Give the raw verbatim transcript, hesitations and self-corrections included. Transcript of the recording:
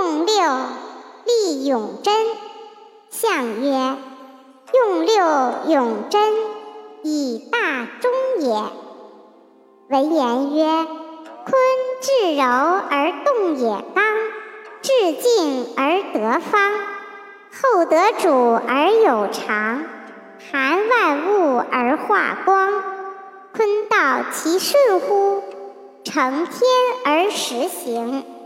用六，立永贞。象曰：用六永贞，以大忠也。文言曰：坤至柔而动也刚，至静而得方，厚德主而有常，含万物而化光。坤道其顺乎？承天而实行。